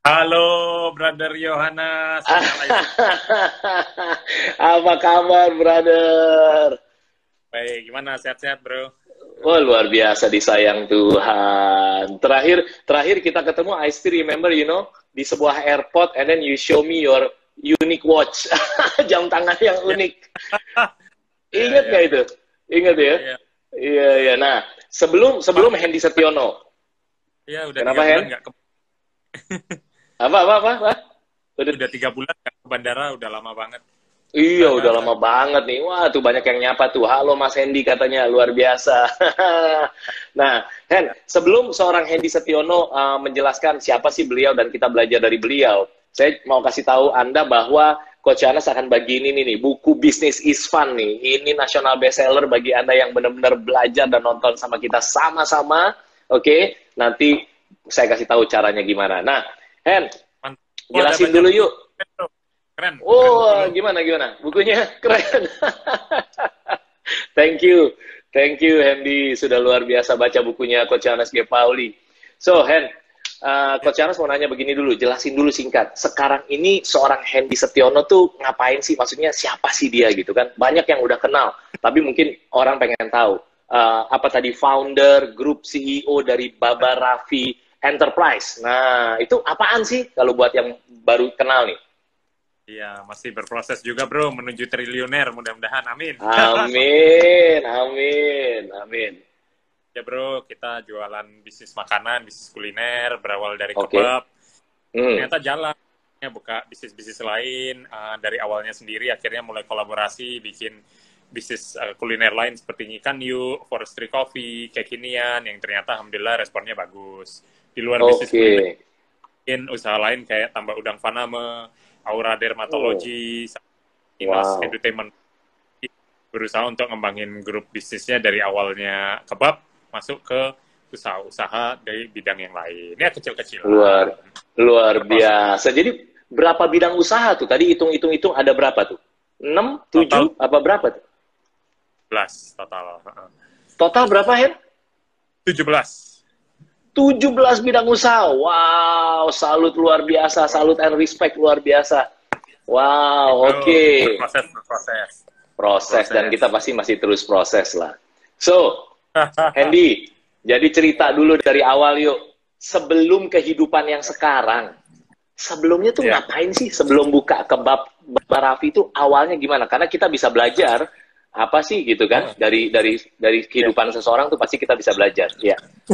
Halo, Brother Yohanes. Apa kabar, brother? Baik, gimana? Sehat-sehat, bro? Oh, luar biasa disayang Tuhan. Terakhir kita ketemu, I still remember, di sebuah airport, and then you show me your unique watch, jam tangan yang unik. Ingat nggak itu? Ingat ya? Iya, Iya, iya. Nah, sebelum Hendy Setiono. iya, udah Kenapa, 3 bulan Hen? nggak ke, Apa? udah 3 bulan nggak ke bandara, udah lama banget. Iya, udah lama banget nih. Wah, tuh banyak yang nyapa tuh. Halo Mas Hendy katanya, luar biasa. Nah, Hen, sebelum seorang Hendy Setiono menjelaskan siapa sih beliau dan kita belajar dari beliau, saya mau kasih tahu Anda bahwa Coach Yohanes akan bagi ini nih, buku Business is Fun nih. Ini nasional bestseller bagi Anda yang benar-benar belajar dan nonton sama kita sama-sama. Oke, nanti saya kasih tahu caranya gimana. Nah, Hen, Mantap. Oh, ada jelasin baca dulu buku. yuk. Keren, Oh, buku. gimana? Bukunya keren. Thank you Hendy, sudah luar biasa baca bukunya Coach Yohanes G. Pauli. So, Coach Yohanes mau nanya begini dulu, jelasin dulu singkat. Sekarang ini seorang Hendy Setiono tuh ngapain sih? Maksudnya siapa sih dia gitu kan? Banyak yang udah kenal, tapi mungkin orang pengen tahu. Apa tadi, founder, grup CEO dari Baba Raffi Enterprise. Nah, itu apaan sih kalau buat yang baru kenal nih? Iya, masih berproses juga, bro, menuju triliuner, mudah-mudahan. Amin. Amin. Ya, bro, kita jualan bisnis makanan, bisnis kuliner, berawal dari Oke. kebab. Hmm. Ternyata jalan. Buka bisnis-bisnis lain, dari awalnya sendiri, akhirnya mulai kolaborasi, bikin bisnis kuliner lain seperti Ikan Yu, Forestry Coffee, kekinian, yang ternyata alhamdulillah responnya bagus. Di luar bisnis kuliner, usaha lain kayak Tambah Udang Faname, Aura Dermatology, Inas Wow. Entertainment, berusaha untuk ngembangin grup bisnisnya dari awalnya kebab, masuk ke usaha-usaha dari bidang yang lain. Ya, kecil-kecil. Luar biasa. Jadi berapa bidang usaha tuh? Tadi hitung ada berapa tuh? 6, 7, Total apa berapa tuh? 17 total. Total berapa, Hen? 17. 17 bidang usaha. Wow, salut luar biasa. Salut and respect luar biasa. Wow, oke. Proses, dan kita pasti masih terus proses lah. So, Hendy, jadi cerita dulu dari awal yuk. Sebelum kehidupan yang sekarang, sebelumnya tuh ngapain sih sebelum buka kebab Baba Raffi itu awalnya gimana? Karena kita bisa belajar apa sih gitu kan dari kehidupan seseorang tuh pasti kita bisa belajar. Ya.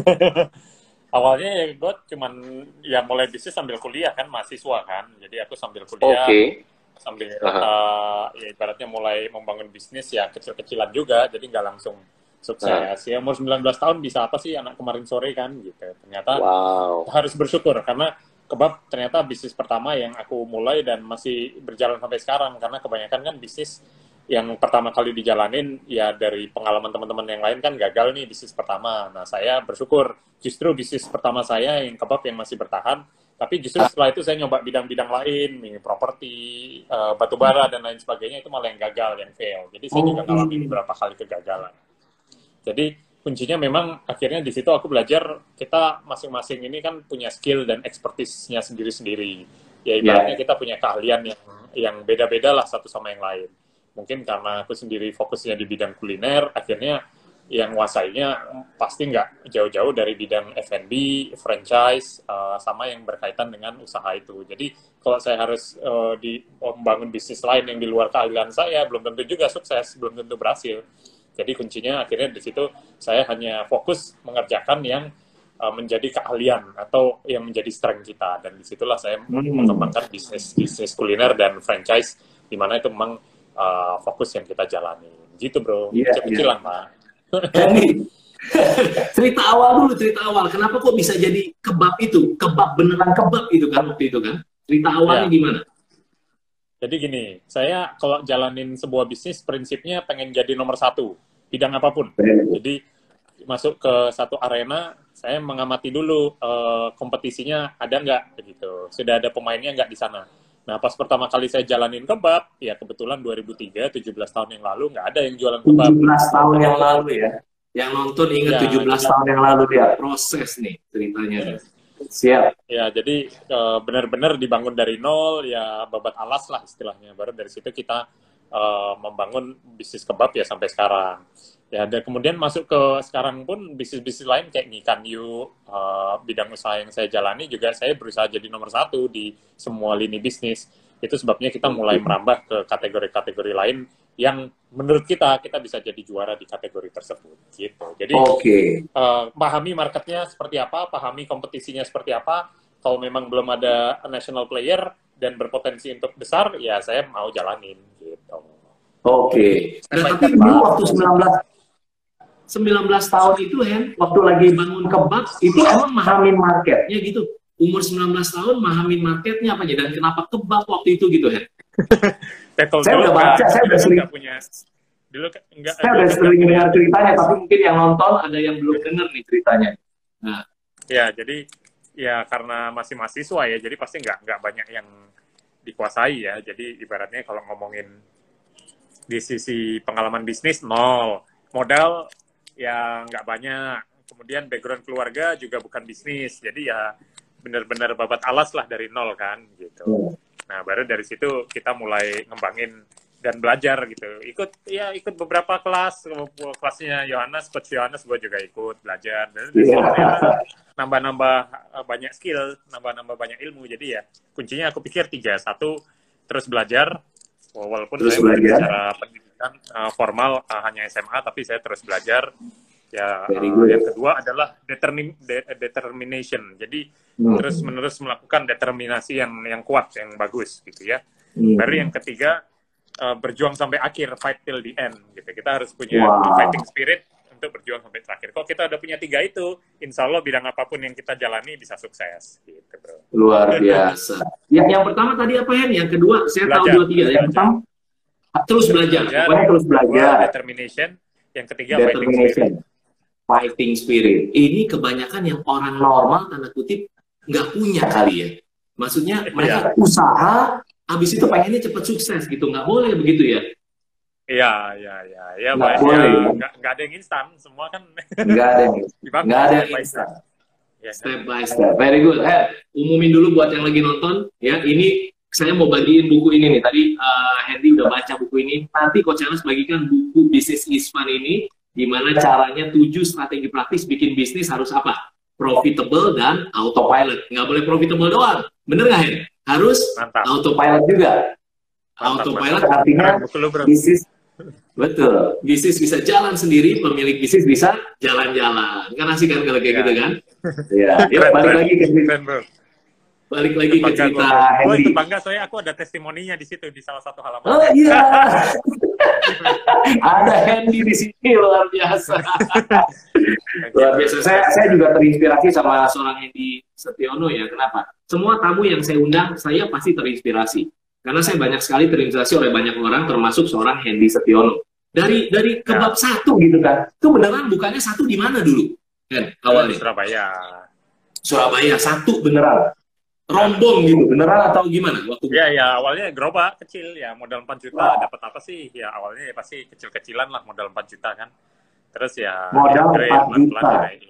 Awalnya ya gue cuman ya mulai bisnis sambil kuliah kan, mahasiswa kan. Jadi aku sambil kuliah, sambil ya ibaratnya mulai membangun bisnis ya kecil-kecilan juga, jadi nggak langsung sukses. Ya umur 19 tahun bisa apa sih anak kemarin sore kan gitu. Ternyata harus bersyukur karena kebab ternyata bisnis pertama yang aku mulai dan masih berjalan sampai sekarang, karena kebanyakan kan bisnis yang pertama kali dijalanin ya dari pengalaman teman-teman yang lain kan gagal nih bisnis pertama. Nah, saya bersyukur justru bisnis pertama saya yang kebab yang masih bertahan, tapi justru setelah itu saya nyoba bidang-bidang lain, properti, batubara dan lain sebagainya, itu malah yang gagal, yang fail. Jadi saya juga ngalamin beberapa kali kegagalan. Jadi kuncinya memang akhirnya di situ aku belajar kita masing-masing ini kan punya skill dan expertise-nya sendiri-sendiri. Ya ibaratnya kita punya keahlian yang beda-beda lah satu sama yang lain. Mungkin karena aku sendiri fokusnya di bidang kuliner, akhirnya yang nguasainya pasti nggak jauh-jauh dari bidang F&B, franchise, sama yang berkaitan dengan usaha itu. Jadi kalau saya harus membangun bisnis lain yang di luar keahlian saya, belum tentu juga sukses, belum tentu berhasil. Jadi kuncinya akhirnya di situ saya hanya fokus mengerjakan yang menjadi keahlian atau yang menjadi strength kita, dan disitulah saya mengembangkan bisnis kuliner dan franchise, di mana itu memang fokus yang kita jalani. Gitu, bro. Kecil-kecilan, Pak. Cerita awal. Kenapa kok bisa jadi kebab itu? Kebab beneran kebab itu kan waktu itu kan? Cerita awalnya gimana? Jadi gini, saya kalau jalanin sebuah bisnis prinsipnya pengen jadi nomor 1 bidang apapun. Jadi masuk ke satu arena, saya mengamati dulu kompetisinya ada nggak begitu. Sudah ada pemainnya nggak di sana. Nah, pas pertama kali saya jalanin kebab, ya kebetulan 2003, 17 tahun yang lalu, nggak ada yang jualan kebab. 17 tahun yang lalu ya? Yang nonton ingat 17 tahun yang lalu dia. Proses nih ceritanya. Siap. Ya, jadi benar-benar dibangun dari nol, ya babat alas lah istilahnya. Baru dari situ kita membangun bisnis kebab ya sampai sekarang. Ya, dan kemudian masuk ke sekarang pun bisnis-bisnis lain kayak Nikan Yu, bidang usaha yang saya jalani juga saya berusaha jadi nomor 1 di semua lini bisnis. Itu sebabnya kita mulai merambah ke kategori-kategori lain yang menurut kita bisa jadi juara di kategori tersebut gitu. Jadi pahami marketnya seperti apa, pahami kompetisinya seperti apa. Kalau memang belum ada national player dan berpotensi untuk besar, ya saya mau jalanin gitu. Nah, tapi dulu waktu 19 tahun itu, Hen, waktu lagi bangun kebab, itu emang mahamin marketnya gitu. Umur 19 tahun mahamin marketnya apa aja, dan kenapa kebab waktu itu gitu, Hen? Saya udah baca, saya udah sering punya. Saya udah sering dengar ceritanya, tapi mungkin yang nonton ada yang belum dengar nih ceritanya. Nah. Ya, jadi ya karena masih mahasiswa ya, jadi pasti nggak banyak yang dikuasai ya. Jadi ibaratnya kalau ngomongin di sisi pengalaman bisnis, nol. Modal ya nggak banyak. Kemudian background keluarga juga bukan bisnis. Jadi ya benar-benar babat alas lah dari nol kan gitu. Nah, baru dari situ kita mulai ngembangin dan belajar gitu. Ikut beberapa kelasnya Yohanes, Coach Yohanes gue juga ikut belajar. Dan dari situ nambah-nambah banyak skill, nambah-nambah banyak ilmu. Jadi ya kuncinya aku pikir 3. 1, terus belajar. Walaupun saya secara pendidikan formal hanya SMA, tapi saya terus belajar. Ya, yang kedua adalah determination. Jadi terus-menerus melakukan determinasi yang kuat, yang bagus gitu ya. Baru yang ketiga berjuang sampai akhir, fight till the end gitu. Kita harus punya fighting spirit untuk berjuang sampai terakhir. Kalau kita udah punya 3 itu, insya Allah bidang apapun yang kita jalani bisa sukses gitu, bro. Luar biasa. Yang pertama tadi apa ya? Yang kedua saya tahu 2, 3. Yang pertama terus belajar. Pokoknya terus belajar. Determination. Yang ketiga fighting spirit. Ini kebanyakan yang orang normal tanda kutip nggak punya kali ya. Maksudnya mereka usaha, habis itu pengennya cepat sukses gitu. Nggak boleh begitu ya? Iya. Nggak ada yang instan. Semua kan nggak ada yang instan. Step by step. Very good. Umumin dulu buat yang lagi nonton ya. Ini saya mau bagiin buku ini nih. Tadi Hendy udah baca buku ini. Nanti Coach Yohanes bagikan buku Business is Fun ini. Gimana caranya 7 strategi praktis bikin bisnis harus apa? Profitable dan autopilot. Nggak boleh profitable doang. Bener nggak, Hen? Harus autopilot juga. Autopilot artinya bisnis. Betul. Bisnis bisa jalan sendiri, pemilik bisnis bisa jalan-jalan. Kan asik kan kalau kayak gitu kan? Iya. Balik lagi ke cerita Hendy. Bangga soalnya aku ada testimoninya di situ di salah satu halaman. Oh iya. Ada Hendy di sini, luar biasa. Luar biasa. Saya juga terinspirasi sama seorang Hendy Setiono ya. Kenapa? Semua tamu yang saya undang, saya pasti terinspirasi. Karena saya banyak sekali terinspirasi oleh banyak orang, termasuk seorang Hendy Setiono. Dari kebab 1 gitu kan. Itu beneran bukannya 1 di mana dulu? Kan awalnya. Surabaya 1 beneran. Rombong gitu, beneran atau gimana waktu? Ya awalnya gerobak kecil ya, modal 4 juta, dapat apa sih? Ya awalnya ya pasti kecil-kecilan lah, modal 4 juta kan. Terus ya modal 4 juta.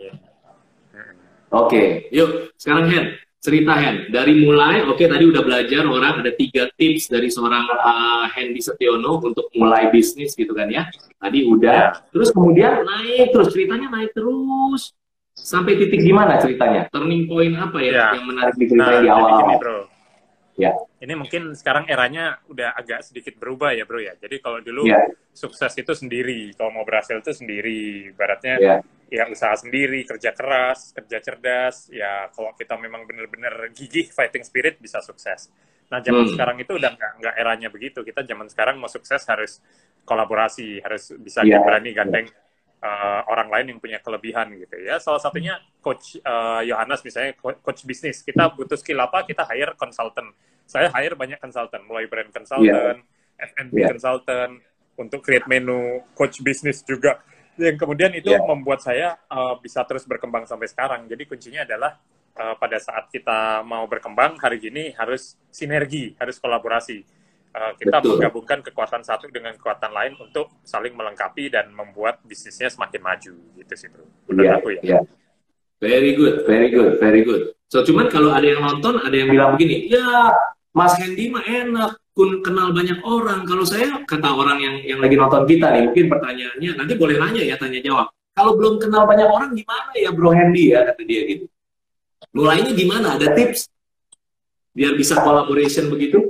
Oke, yuk sekarang Hen, cerita Hen. Dari mulai, tadi udah belajar orang ada 3 tips dari seorang Hendy Setiono untuk mulai bisnis gitu kan ya. Tadi udah, terus kemudian naik terus, ceritanya naik terus. Sampai titik gimana ceritanya? Turning point apa ya yang menarik diceritain di awal? Ini bro, ini mungkin sekarang eranya udah agak sedikit berubah ya bro ya. Jadi kalau dulu sukses itu sendiri, kalau mau berhasil itu sendiri. Ibaratnya ya usaha sendiri, kerja keras, kerja cerdas. Ya kalau kita memang benar-benar gigih, fighting spirit bisa sukses. Nah zaman sekarang itu udah nggak eranya begitu. Kita zaman sekarang mau sukses harus kolaborasi, harus bisa berani gandeng orang lain yang punya kelebihan gitu ya. Salah satunya Coach Yohanes misalnya, coach bisnis. Kita butuh skill apa, kita hire consultant. Saya hire banyak consultant, mulai brand consultant, F&B consultant, untuk create menu, coach bisnis juga. Yang kemudian itu membuat saya bisa terus berkembang sampai sekarang. Jadi kuncinya adalah pada saat kita mau berkembang hari ini harus sinergi, harus kolaborasi. Kita menggabungkan kekuatan satu dengan kekuatan lain untuk saling melengkapi dan membuat bisnisnya semakin maju gitu sih bro. Menurut aku ya. Very good, very good, very good. So cuman kalau ada yang nonton, ada yang bilang begini, ya Mas Hendy mah enak, kenal banyak orang. Kalau saya, kata orang yang lagi nonton kita nih, mungkin pertanyaannya, nanti boleh nanya ya, tanya jawab. Kalau belum kenal banyak orang, gimana ya Bro Hendy ya, kata dia gitu. Mulainya gimana? Ada tips? Biar bisa collaboration begitu?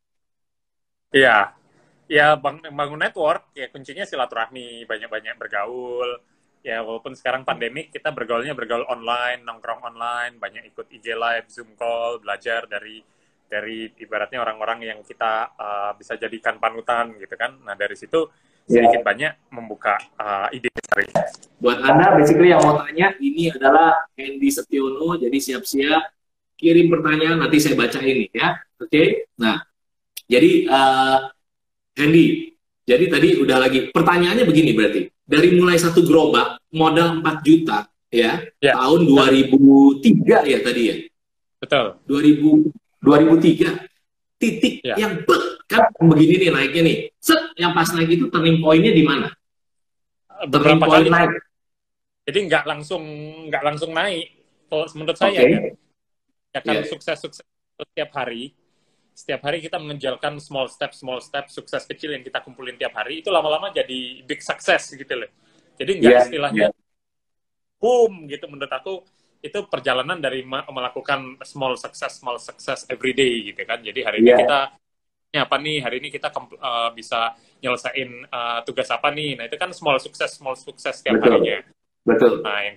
Iya, ya bangun network, ya kuncinya silaturahmi, banyak-banyak bergaul. Ya walaupun sekarang pandemik, kita bergaul online, nongkrong online, banyak ikut IG Live, Zoom Call, belajar dari ibaratnya orang-orang yang kita bisa jadikan panutan gitu kan. Nah dari situ sedikit banyak membuka ide besar. Buat Anda, basically yang mau tanya, ini adalah Hendy Setiono, jadi siap-siap kirim pertanyaan, nanti saya baca ini ya. Oke? Nah, jadi Hendy, jadi tadi udah lagi, pertanyaannya begini berarti, dari mulai satu gerobak, modal 4 juta, ya, tahun 2003 ya tadi ya? Betul. 2003, titik yang kan begini nih naiknya nih, set, yang pas naik itu turning point-nya di mana? Beberapa kali naik. Jadi nggak langsung naik, kalau menurut saya ya kan sukses setiap hari kita mengejalkan small step sukses kecil yang kita kumpulin tiap hari, itu lama-lama jadi big success gitu loh. Jadi nggak istilahnya boom gitu. Menurut aku itu perjalanan dari melakukan small success every day gitu kan. Jadi hari ini kita apa nih, hari ini kita bisa nyelesain tugas apa nih. Nah itu kan small success tiap harinya. Betul. Nah yang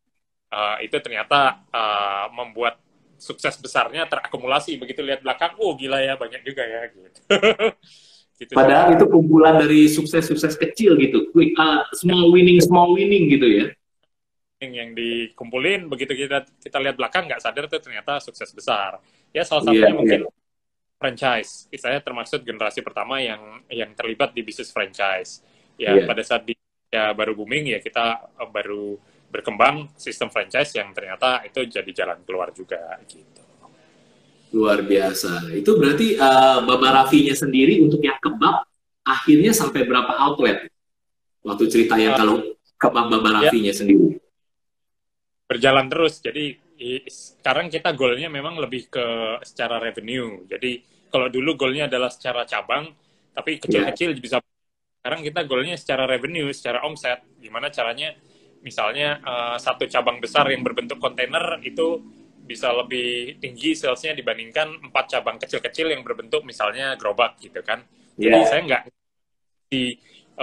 itu ternyata membuat sukses besarnya terakumulasi. Begitu lihat belakang, oh gila ya, banyak juga ya gitu. Gitu. Padahal itu kumpulan dari sukses-sukses kecil gitu, small winning gitu ya. Yang dikumpulin, begitu kita lihat belakang, nggak sadar tuh ternyata sukses besar. Ya salah satunya mungkin franchise. Saya termasuk generasi pertama yang terlibat di bisnis franchise. Ya pada saat baru booming ya, kita baru berkembang sistem franchise yang ternyata itu jadi jalan keluar juga gitu. Luar biasa. Itu berarti Baba Raffi-nya sendiri untuk yang kebab akhirnya sampai berapa outlet? Waktu cerita yang kalau kebab Baba Raffi-nya sendiri. Berjalan terus. Jadi sekarang kita goalnya memang lebih ke secara revenue. Jadi kalau dulu goalnya adalah secara cabang, tapi kecil-kecil bisa. Sekarang kita goalnya secara revenue, secara omset. Gimana caranya? Misalnya satu cabang besar yang berbentuk kontainer itu bisa lebih tinggi salesnya dibandingkan 4 cabang kecil-kecil yang berbentuk misalnya gerobak gitu kan. Jadi saya nggak di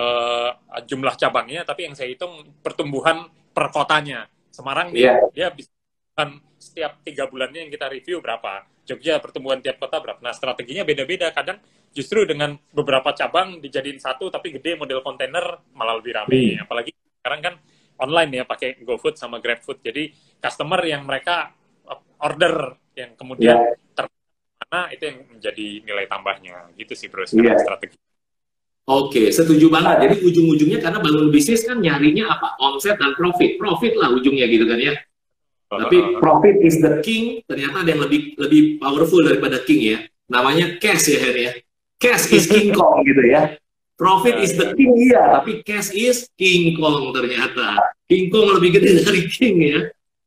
jumlah cabangnya, tapi yang saya hitung pertumbuhan per kotanya. Semarang dia bisa setiap 3 bulannya yang kita review berapa. Jogja pertumbuhan tiap kota berapa. Nah strateginya beda-beda. Kadang justru dengan beberapa cabang dijadiin satu tapi gede model kontainer malah lebih ramai. Apalagi sekarang kan online ya, pakai GoFood sama GrabFood. Jadi customer yang mereka order yang kemudian mana itu yang menjadi nilai tambahnya. Gitu sih bro sekarang strategi. Oke, setuju banget. Jadi ujung-ujungnya karena bangun bisnis kan nyarinya apa? Omset dan profit. Profit lah ujungnya gitu kan ya. Tapi profit is the king. Ternyata ada yang lebih powerful daripada king ya. Namanya cash ya Hen ya. Cash is King Kong gitu ya. Profit is the king, iya, tapi cash is King Kong ternyata. King Kong lebih gede dari king ya.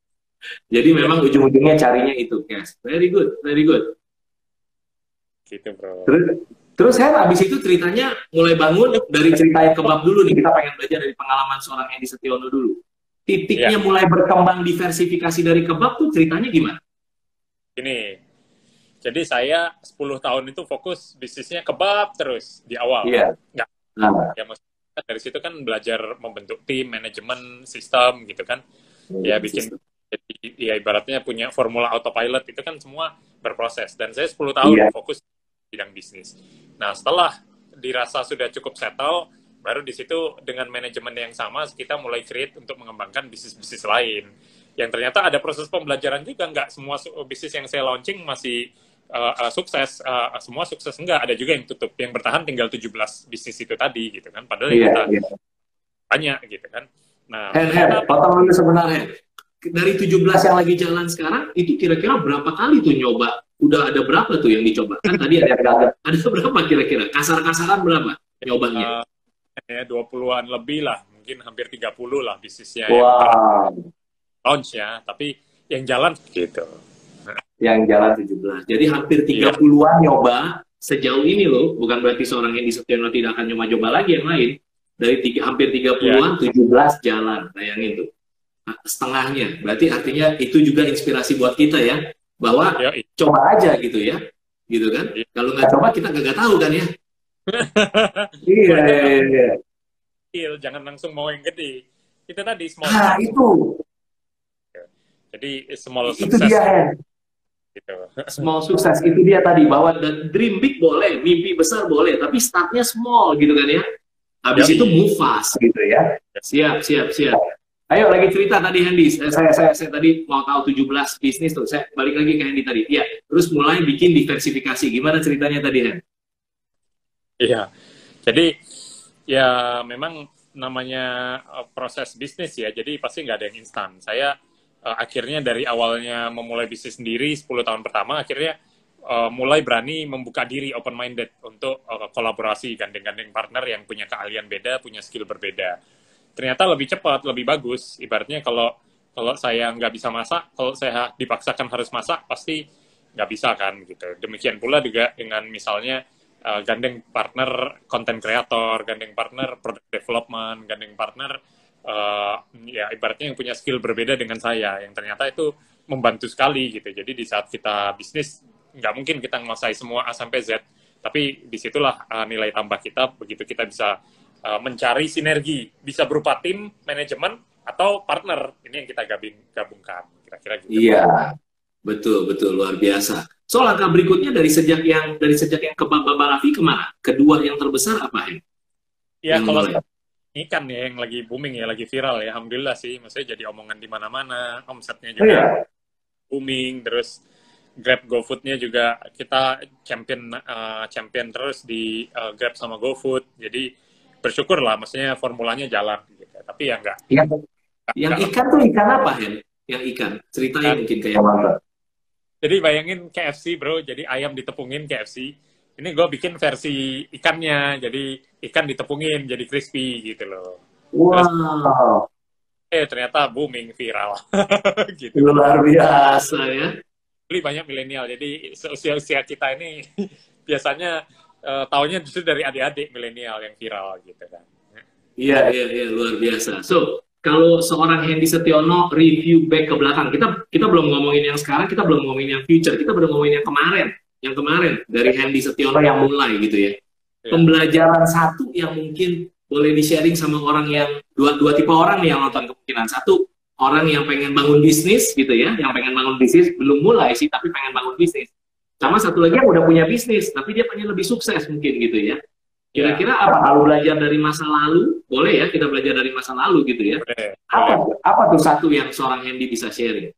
Jadi memang ujung-ujungnya carinya itu cash. Very good, very good. Gitu bro. Terus habis itu ceritanya mulai bangun dari cerita yang kebab dulu nih. Kita pengen belajar dari pengalaman seorang Hendy Setiono dulu. Titiknya mulai berkembang diversifikasi dari kebab tuh ceritanya gimana? Ini. Jadi saya 10 tahun itu fokus bisnisnya kebab terus di awal. Ya maksudnya dari situ kan belajar membentuk tim, manajemen, sistem gitu kan. Ya bikin, ya ibaratnya punya formula autopilot itu kan semua berproses. Dan saya 10 tahun fokus di bidang bisnis. Nah setelah dirasa sudah cukup settle, baru di situ dengan manajemen yang sama kita mulai create untuk mengembangkan bisnis-bisnis lain. Yang ternyata ada proses pembelajaran juga, nggak semua bisnis yang saya launching masih sukses, semua sukses enggak, ada juga yang tutup, yang bertahan tinggal 17 bisnis itu tadi gitu kan, padahal kita banyak gitu kan. Nah, potong dulu sebenarnya. Dari 17 yang lagi jalan sekarang, itu kira-kira berapa kali tuh nyoba? Udah ada berapa tuh yang dicoba? Kan tadi ada gagal. Ada berapa kira-kira? Kasar-kasaran berapa nyobanya? Ya 20-an lebih lah, mungkin hampir 30 lah bisnisnya. Wow. launch ya, tapi yang jalan gitu. Yang jalan 17. Jadi hampir 30-an nyoba sejauh ini loh. Bukan berarti seorang Hendy Setiono tidak akan nyoba-nyoba lagi yang lain. Dari hampir 30-an, 17 jalan. Bayangin tuh. Nah, setengahnya. Berarti artinya itu juga inspirasi buat kita ya. Bahwa coba aja gitu ya. Gitu kan. Kalau nggak coba kita nggak tahu kan ya. Iya. Jangan langsung mau yang gede. Itu tadi small. Nah, itu. Jadi small itu sukses. Dia, gitu. Small sukses itu dia tadi, bahwa dream big boleh, mimpi besar boleh, tapi startnya small gitu kan ya. Habis itu move fast gitu ya. Siap. Ayo lagi cerita tadi Hendy. Saya tadi mau tahu 17 bisnis tuh. Saya balik lagi ke Hendy tadi. Iya. Terus mulai bikin diversifikasi. Gimana ceritanya tadi Hendy? Iya. Jadi ya memang namanya proses bisnis ya. Jadi pasti nggak ada yang instan. Saya akhirnya dari awalnya memulai bisnis sendiri 10 tahun pertama, akhirnya mulai berani membuka diri, open-minded untuk kolaborasi, gandeng-gandeng partner yang punya keahlian beda, punya skill berbeda. Ternyata lebih cepat, lebih bagus. Ibaratnya kalau saya nggak bisa masak, kalau saya dipaksakan harus masak, pasti nggak bisa kan, gitu. Demikian pula juga dengan misalnya gandeng partner content creator, gandeng partner product development, gandeng partner ya ibaratnya yang punya skill berbeda dengan saya, yang ternyata itu membantu sekali gitu. Jadi di saat kita bisnis nggak mungkin kita menguasai semua A sampai Z, tapi disitulah nilai tambah kita, begitu kita bisa mencari sinergi, bisa berupa tim, manajemen, atau partner. Ini yang kita gabungkan, kira-kira gitu. Iya, betul luar biasa. So langkah berikutnya dari sejak yang ke Bang Raffi kemana? Kedua yang terbesar apa ya? Kalau ikan ya yang lagi booming ya, lagi viral ya, alhamdulillah sih, maksudnya jadi omongan di mana-mana, omsetnya juga booming, terus Grab GoFood-nya juga kita champion terus di Grab sama GoFood, jadi bersyukur lah, maksudnya formulanya jalan gitu. Tapi ya enggak. Yang ikan tuh ikan apa Hen? Yang ikan, ceritain mungkin kayak mana? Jadi bayangin KFC bro, jadi ayam ditepungin KFC. Ini gue bikin versi ikannya, jadi ikan ditepungin, jadi crispy gitu loh. Wow. Terus, ternyata booming, viral. gitu. Luar biasa ya. Beli banyak milenial, jadi usia kita ini biasanya taunya justru dari adik-adik milenial yang viral gitu kan. Iya, luar biasa. So, kalau seorang Hendy Setiono review back ke belakang, kita belum ngomongin yang sekarang, kita belum ngomongin yang future, kita belum ngomongin yang kemarin dari Hendy Setiono yang mulai gitu ya. Pembelajaran satu yang mungkin boleh di-sharing sama orang yang dua tipe orang nih yang nonton kemungkinan. Satu, orang yang pengen bangun bisnis gitu ya, yang pengen bangun bisnis, belum mulai sih tapi pengen bangun bisnis. Sama satu lagi yang udah punya bisnis, tapi dia pengen lebih sukses mungkin gitu ya. Kira-kira apa kalau belajar dari masa lalu? Boleh ya kita belajar dari masa lalu gitu ya. Apa tuh satu yang seorang Hendy bisa sharing?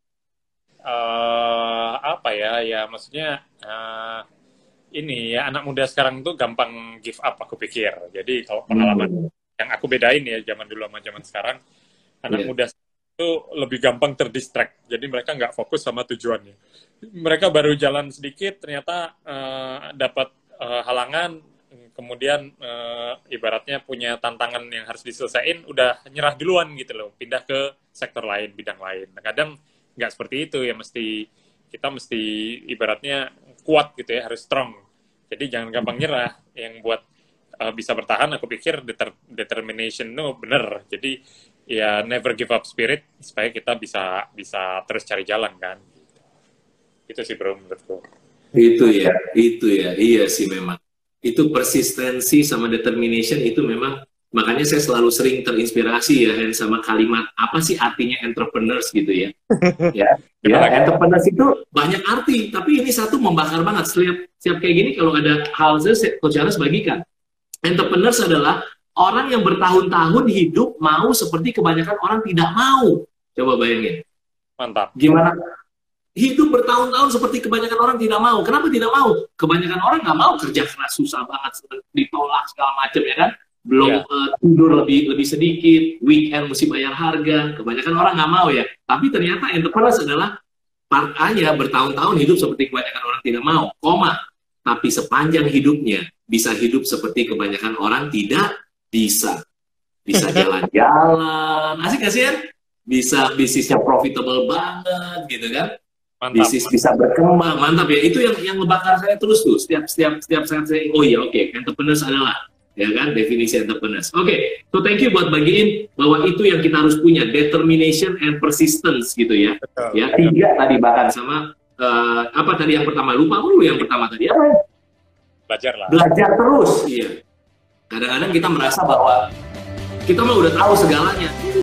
Apa ya maksudnya ini ya, anak muda sekarang tuh gampang give up aku pikir. Jadi kalau pengalaman yang aku bedain ya zaman dulu sama zaman sekarang, anak muda itu lebih gampang terdistract. Jadi mereka nggak fokus sama tujuannya. Mereka baru jalan sedikit ternyata dapat halangan, kemudian ibaratnya punya tantangan yang harus diselesaikan, udah nyerah duluan gitu loh, pindah ke sektor lain, bidang lain. Nah, kadang nggak seperti itu ya, kita mesti ibaratnya kuat gitu ya, harus strong. Jadi jangan gampang nyerah. Yang buat bisa bertahan, aku pikir determination itu bener. Jadi ya never give up spirit supaya kita bisa terus cari jalan kan. Itu sih bro menurutku. Itu ya, iya sih memang. Itu persistensi sama determination itu memang, makanya saya selalu sering terinspirasi ya Hen sama kalimat apa sih artinya entrepreneurs gitu ya. Entrepreneurs itu banyak arti, tapi ini satu membakar banget. Setiap kayak gini kalau ada hal Coach harus bagikan. Entrepreneurs adalah orang yang bertahun-tahun hidup mau seperti kebanyakan orang tidak mau. Coba bayangin. Mantap. Gimana? Hidup bertahun-tahun seperti kebanyakan orang tidak mau. Kenapa tidak mau? Kebanyakan orang nggak mau kerja keras, susah banget, ditolak segala macam ya kan. Belum tidur lebih sedikit, weekend mesti bayar harga. Kebanyakan orang nggak mau ya. Tapi ternyata entrepreneurs adalah part A-nya bertahun-tahun hidup seperti kebanyakan orang tidak mau, tapi sepanjang hidupnya bisa hidup seperti kebanyakan orang tidak bisa. Bisa jalan-jalan. Asik gak sih, bisa bisnisnya profitable banget gitu kan. Mantap. Bisnis bisa berkembang, mantap ya. Itu yang ngebakar saya terus tuh. Setiap saat saya, oh iya oke, entrepreneurs adalah, ya kan, definisi entrepreneurs. Oke, so thank you buat bagiin bahwa itu yang kita harus punya, determination and persistence gitu ya. Betul. Ya, 3 tadi bahkan sama apa tadi yang pertama, lupa dulu yang pertama tadi apa? Belajar lah. Belajar terus. Iya. Kadang-kadang kita merasa bahwa kita mah udah tahu segalanya.